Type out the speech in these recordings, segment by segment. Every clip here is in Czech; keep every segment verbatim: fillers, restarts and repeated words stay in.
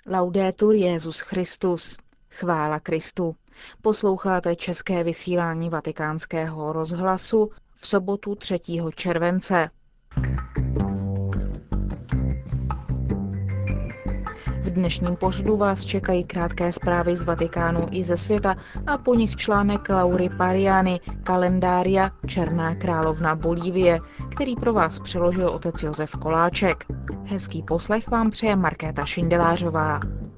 Laudetur Jesus Christus. Chvála Kristu. Posloucháte české vysílání Vatikánského rozhlasu v sobotu třetího července. V dnešním pořadu vás čekají krátké zprávy z Vatikánu i ze světa a po nich článek Laury Pariany Kalendária Černá královna Bolívie, který pro vás přeložil otec Josef Koláček. Hezký poslech vám přeje Markéta Šindelářová.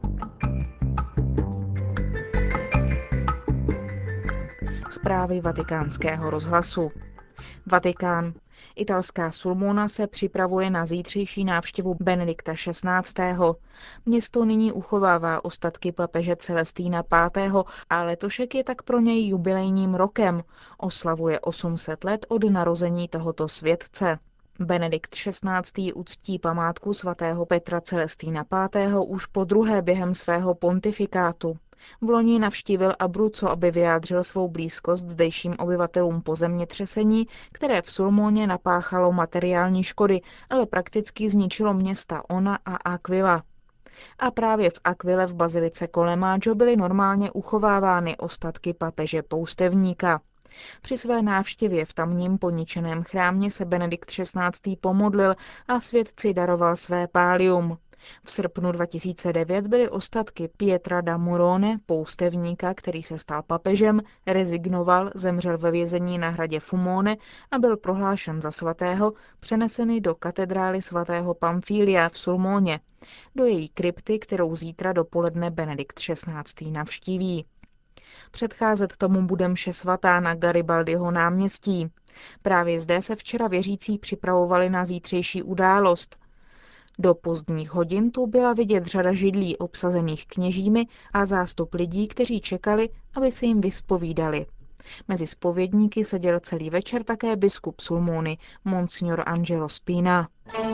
Zprávy Vatikánského rozhlasu. Vatikán. Italská Sulmona se připravuje na zítřejší návštěvu Benedikta šestnáctého. Město nyní uchovává ostatky papeže Celestína pátého. a letošek je tak pro něj jubilejním rokem. Oslavuje osm set let od narození tohoto světce. Benedikt šestnáctý uctí památku svatého Petra Celestína pátého. už po druhé během svého pontifikátu. Vloni navštívil Abruzzo, aby vyjádřil svou blízkost zdejším obyvatelům po zemětřesení, které v Sulmoně napáchalo materiální škody, ale prakticky zničilo města Ona a Aquila. A právě v Aquile v bazilice Colemaggio byly normálně uchovávány ostatky papeže poustevníka. Při své návštěvě v tamním poničeném chrámě se Benedikt šestnáctý pomodlil a světci daroval své pálium. V srpnu dva tisíce devět byly ostatky Pietra da Morone, poustevníka, který se stal papežem, rezignoval, zemřel ve vězení na hradě Fumone a byl prohlášen za svatého, přeneseny do katedrály svatého Pamfilia v Sulmoně, do její krypty, kterou zítra dopoledne Benedikt šestnáctý navštíví. Předcházet tomu bude mše svatá na Garibaldiho náměstí. Právě zde se včera věřící připravovali na zítřejší událost. Do pozdních hodin tu byla vidět řada židlí obsazených kněžími a zástup lidí, kteří čekali, aby se jim vyspovídali. Mezi zpovědníky seděl celý večer také biskup Sulmony, monsignor Angelo Spina.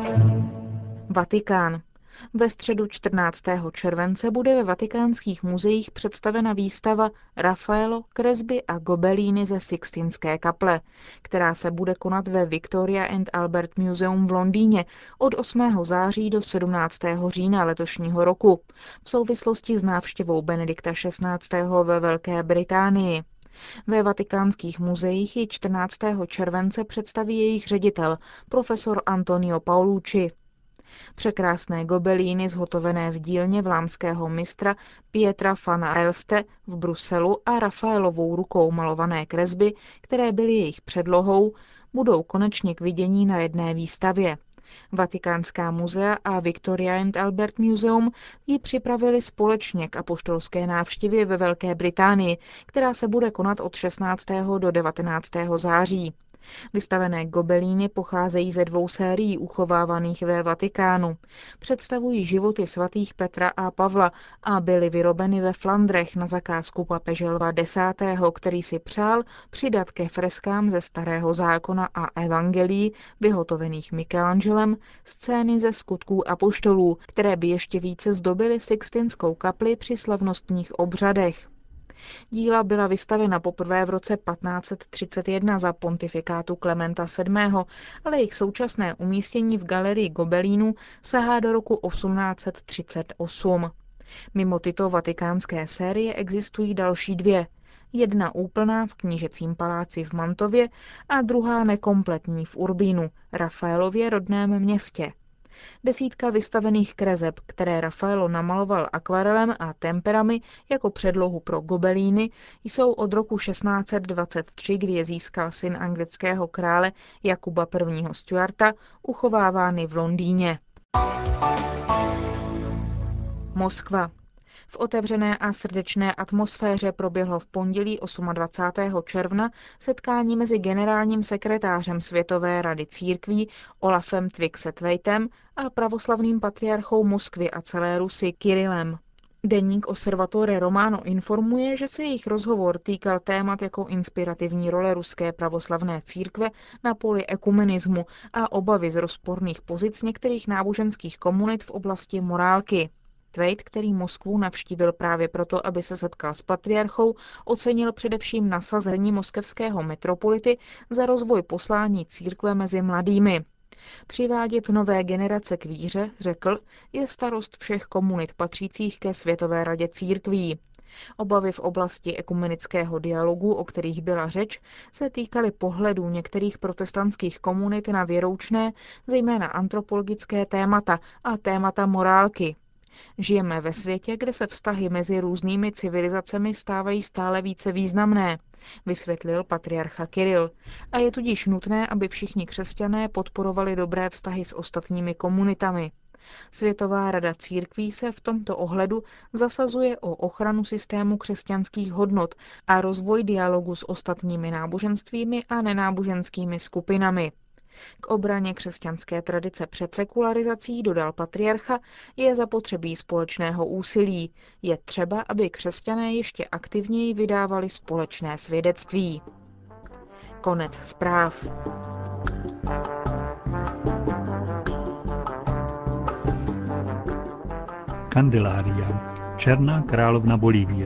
Vatikán. Ve středu čtrnáctého července bude ve vatikánských muzeích představena výstava Raffaello, kresby a gobelíny ze Sixtinské kaple, která se bude konat ve Victoria and Albert Museum v Londýně od osmého září do sedmnáctého října letošního roku v souvislosti s návštěvou Benedikta šestnáctého ve Velké Británii. Ve vatikánských muzeích ji čtrnáctého července představí jejich ředitel, profesor Antonio Paolucci. Překrásné gobelíny zhotovené v dílně vlámského mistra Pietra van Aelste v Bruselu a Rafaelovou rukou malované kresby, které byly jejich předlohou, budou konečně k vidění na jedné výstavě. Vatikánská muzea a Victoria and Albert Museum ji připravili společně k apoštolské návštěvě ve Velké Británii, která se bude konat od šestnáctého do devatenáctého září. Vystavené gobelíny pocházejí ze dvou sérií uchovávaných ve Vatikánu. Představují životy svatých Petra a Pavla a byly vyrobeny ve Flandrech na zakázku papeže Lva desátého., který si přál přidat ke freskám ze Starého zákona a evangelií, vyhotovených Michelangelem, scény ze Skutků apoštolů, které by ještě více zdobily Sixtinskou kapli při slavnostních obřadech. Díla byla vystavena poprvé v roce patnáct set třicet jedna za pontifikátu Klementa sedmého., ale jejich současné umístění v galerii gobelínů sahá do roku osmnáct set třicet osm. Mimo tyto vatikánské série existují další dvě. Jedna úplná v knížecím paláci v Mantově a druhá nekompletní v Urbínu, Rafaelově rodném městě. Desítka vystavených kreseb, které Raffaello namaloval akvarelem a temperami jako předlohu pro gobelíny, jsou od roku šestnáct set dvacet tři, kdy je získal syn anglického krále Jakuba prvního. Stuarta, uchovávány v Londýně. Moskva. V otevřené a srdečné atmosféře proběhlo v pondělí dvacátého osmého června setkání mezi generálním sekretářem Světové rady církví Olafem Twigse-Tveitem a pravoslavným patriarchou Moskvy a celé Rusy Kirillem. Deník Osservatore Romano informuje, že se jejich rozhovor týkal témat jako inspirativní role ruské pravoslavné církve na poli ekumenismu a obavy z rozporných pozic některých náboženských komunit v oblasti morálky. Tveit, který Moskvu navštívil právě proto, aby se setkal s patriarchou, ocenil především nasazení moskevského metropolity za rozvoj poslání církve mezi mladými. Přivádět nové generace k víře, řekl, je starost všech komunit patřících ke Světové radě církví. Obavy v oblasti ekumenického dialogu, o kterých byla řeč, se týkaly pohledů některých protestantských komunit na věroučné, zejména antropologické témata a témata morálky. Žijeme ve světě, kde se vztahy mezi různými civilizacemi stávají stále více významné, vysvětlil patriarcha Kiril. A je tudíž nutné, aby všichni křesťané podporovali dobré vztahy s ostatními komunitami. Světová rada církví se v tomto ohledu zasazuje o ochranu systému křesťanských hodnot a rozvoj dialogu s ostatními náboženstvími a nenáboženskými skupinami. K obraně křesťanské tradice před sekularizací, dodal patriarcha, je zapotřebí společného úsilí. Je třeba, aby křesťané ještě aktivněji vydávali společné svědectví. Konec zpráv. Candelaria, černá královna Bolívie.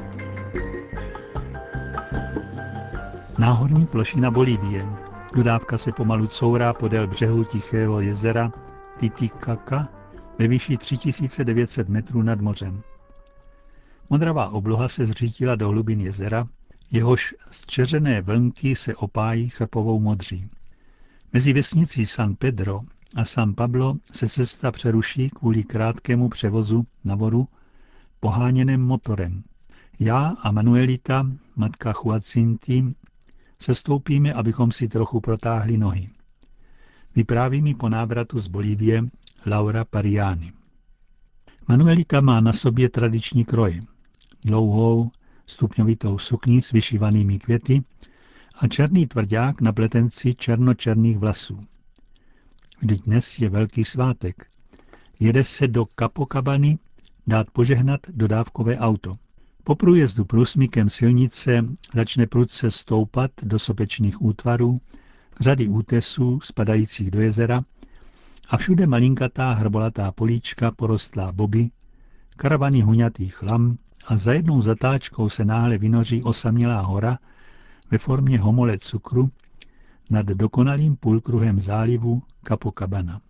Náhorní plošina Bolívie. Dodávka se pomalu courá podél břehu tichého jezera Titicaca ve výši tři tisíce devět set metrů nad mořem. Modravá obloha se zřítila do hlubin jezera, jehož zčeřené vlnky se opájí chrpovou modří. Mezi vesnicí San Pedro a San Pablo se cesta přeruší kvůli krátkému převozu na vodu poháněném motorem. Já a Manuelita, matka Huacinty, sestoupíme, abychom si trochu protáhli nohy. Vypráví mi po návratu z Bolívie Laura Pariani. Manuelita má na sobě tradiční kroj. Dlouhou, stupňovitou sukni s vyšívanými květy a černý tvrdák na pletenci černočerných vlasů. Vždyť dnes je velký svátek. Jede se do Copacabany dát požehnat dodávkové auto. Po průjezdu průsmykem silnice začne prudce stoupat do sopečných útvarů, řady útesů spadajících do jezera a všude malinkatá hrbolatá políčka porostlá boby, karavany huňatých lam a za jednou zatáčkou se náhle vynoří osamělá hora ve formě homole cukru nad dokonalým půlkruhem zálivu Copacabana.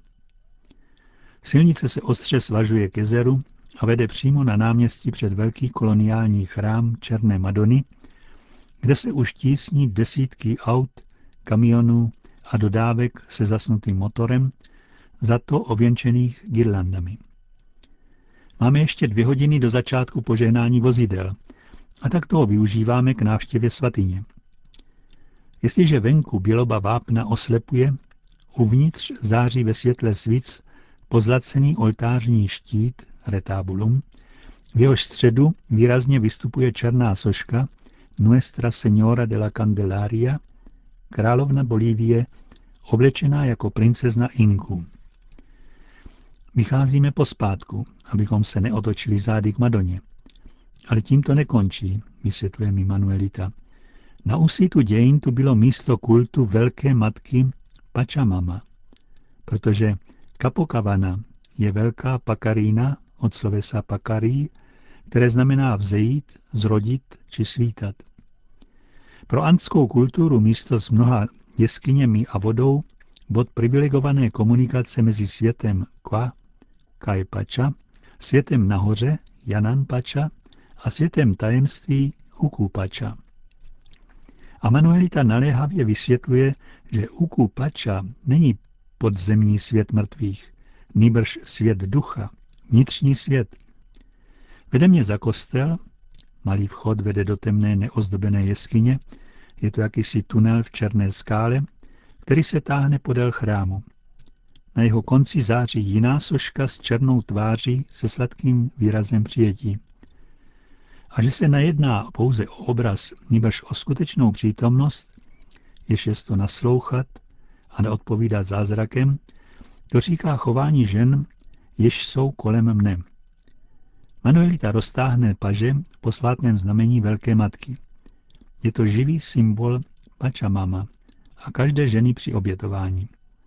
Silnice se ostře svažuje k jezeru a vede přímo na náměstí před velký koloniální chrám Černé Madony, kde se už tísní desítky aut, kamionů a dodávek se zasnutým motorem, za to ověnčených girlandami. Máme ještě dvě hodiny do začátku požehnání vozidel a tak toho využíváme k návštěvě svatyně. Jestliže venku běloba vápna oslepuje, uvnitř září ve světle svíc pozlacený oltářní štít, retábulum, v jehož středu výrazně vystupuje černá soška Nuestra Señora de la Candelaria, královna Bolívie, oblečená jako princezna Inků. Vycházíme pospátku, abychom se neotočili zády k Madoně. Ale tím to nekončí, vysvětluje mi Manuelita. Na úsvitu dějin tu bylo místo kultu velké matky Pachamama, protože Copacabana je velká pakarína od slovesa pakarí, které znamená vzejít, zrodit či svítat. Pro antskou kulturu místo s mnoha jeskyněmi a vodou bod privilegované komunikace mezi světem Qua, Kai Pacha, světem nahoře, Yanan Pacha a světem tajemství Uku Pacha. A Manuelita naléhavě vysvětluje, že Uku Pacha není podzemní svět mrtvých, nýbrž svět ducha, vnitřní svět. Vede mě za kostel, malý vchod vede do temné neozdobené jeskyně, je to jakýsi tunel v černé skále, který se táhne podél chrámu. Na jeho konci září jiná soška s černou tváří se sladkým výrazem přijetí. A že se nejedná pouze o obraz, nýbrž o skutečnou přítomnost, jež je to naslouchat a neodpovídat zázrakem, to říká chování žen, jež jsou kolem mne. Manuelita roztáhne paže v posvátném znamení Velké matky. Je to živý symbol Pachamama a každé ženy při obětování.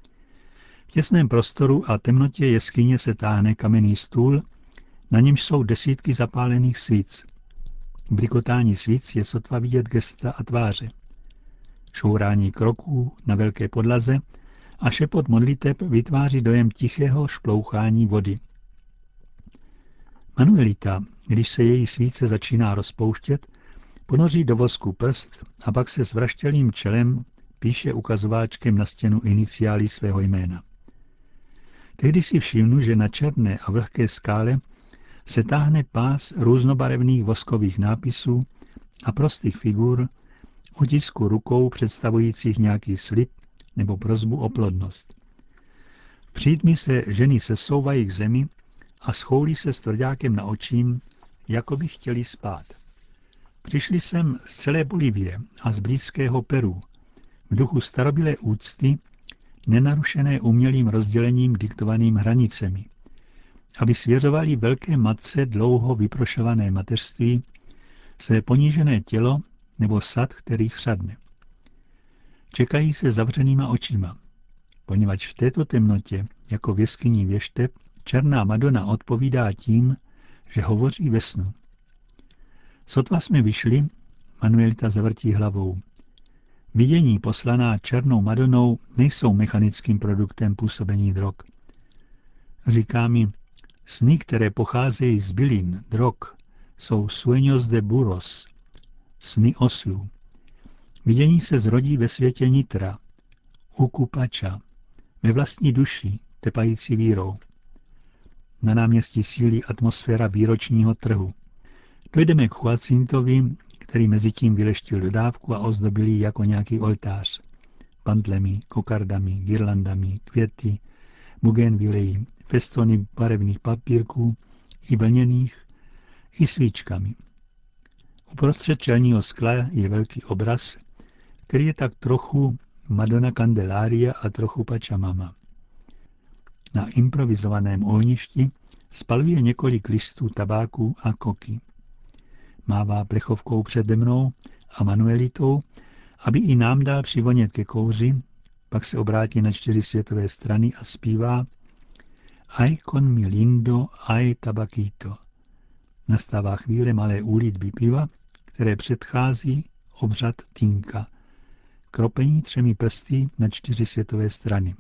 V těsném prostoru a temnotě jeskyně se táhne kamenný stůl, na němž jsou desítky zapálených svíc. V blikotání svíc je sotva vidět gesta a tváře. Šourání kroků na velké podlaze a šepot modliteb vytváří dojem tichého šplouchání vody. Manuelita, když se její svíce začíná rozpouštět, ponoří do vosku prst a pak se s vraštělým čelem píše ukazováčkem na stěnu iniciály svého jména. Tehdy si všimnu, že na černé a vlhké skále se táhne pás různobarevných voskových nápisů a prostých figur, otisku rukou představujících nějaký slib nebo prosbu o plodnost. V přítmi se ženy sesouvají k zemi a schoulí se s tvrďákem na očím, jako by chtěli spát. Přišli jsem z celé Bolívie a z blízkého Peru, v duchu starobylé úcty, nenarušené umělým rozdělením diktovaným hranicemi, aby svěřovali velké matce dlouho vyprošované mateřství, své ponížené tělo nebo sad, který chřadne. Čekají se zavřenýma očima, poněvadž v této temnotě, jako v jeskyní věšteb, černá Madonna odpovídá tím, že hovoří ve snu. Sotva jsme vyšli, Manuelita zavrtí hlavou. Vidění poslaná černou Madonou nejsou mechanickým produktem působení drog. Říká mi, sny, které pocházejí z bylin, drog, jsou sueños de burros, sny oslů. Vidění se zrodí ve světě nitra, ukupača, ve vlastní duši, tepající vírou. Na náměstí sílí atmosféra výročního trhu. Dojdeme k Huacintovi, který mezi tím vyleštil dodávku a ozdobil ji jako nějaký oltář. Pantlemi, kokardami, girlandami, květy, bugenvilejí, festony barevných papírků, i vlněných, i svíčkami. Uprostřed čelního skla je velký obraz, který je tak trochu Madonna Candelaria a trochu Pachamama. Na improvizovaném ohništi spaluje několik listů tabáku a koky. Mává plechovkou přede mnou a Manuelitou, aby i nám dal přivonět ke kouři, pak se obrátí na čtyři světové strany a zpívá Ay con mi lindo, ay tabaquito. Nastává chvíle malé úlitby piva, které předchází obřad týnka, kropení třemi prsty na čtyři světové strany.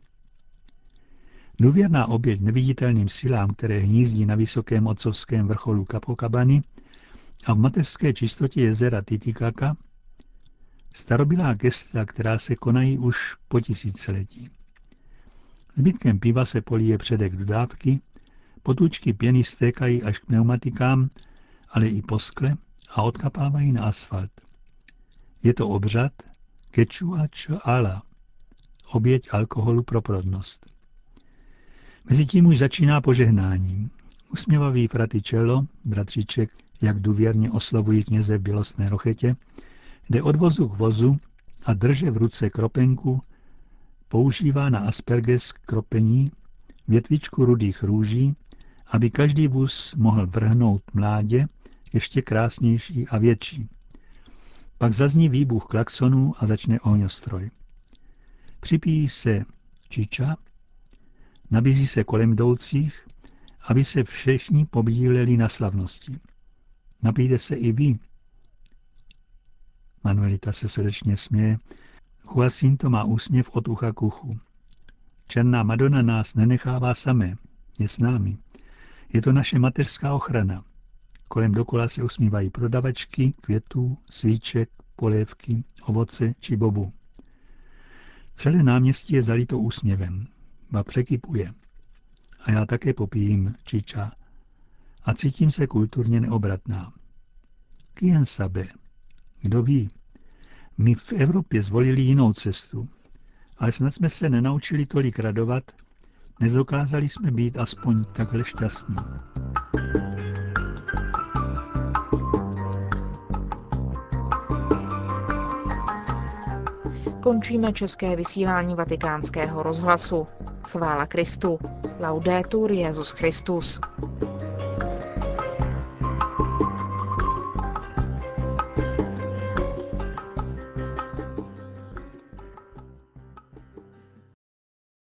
Důvěrná oběť neviditelným silám, které hnízdí na vysokém otcovském vrcholu Copacabany a v mateřské čistotě jezera Titicaca, starobylá gesta, která se konají už po tisíciletí. Zbytkem piva se polije předek dodávky, potůčky pěny stékají až k pneumatikám, ale i po skle a odkapávají na asfalt. Je to obřad Quechua Chala, oběť alkoholu pro plodnost. Mezitím už začíná požehnání. Usměvavý fraticello, bratříček, jak důvěrně oslovují kněze v bělostné rochetě, jde od vozu k vozu a drže v ruce kropenku, používá na asperges kropení větvičku rudých růží, aby každý vůz mohl vrhnout mládě, ještě krásnější a větší. Pak zazní výbuch klaxonů a začne ohňostroj. Připíjí se čiča, nabízí se kolem jdoucích, aby se všichni podíleli na slavnosti. Napijte se i vy. Manuelita se srdečně směje. Huacinto má úsměv od ucha k uchu. Černá Madonna nás nenechává samé, je s námi. Je to naše mateřská ochrana. Kolem dokola se usmívají prodavačky, květů, svíček, polévky, ovoce či bobu. Celé náměstí je zalito úsměvem. Ba překypuje. A já také popijím čiča. A cítím se kulturně neobratná. Quién sabe? Kdo ví? My v Evropě zvolili jinou cestu, ale snad jsme se nenaučili tolik radovat, nezokázali jsme být aspoň takhle šťastní. Končíme české vysílání Vatikánského rozhlasu. Chvála Kristu. Laudetur Jesus Christus.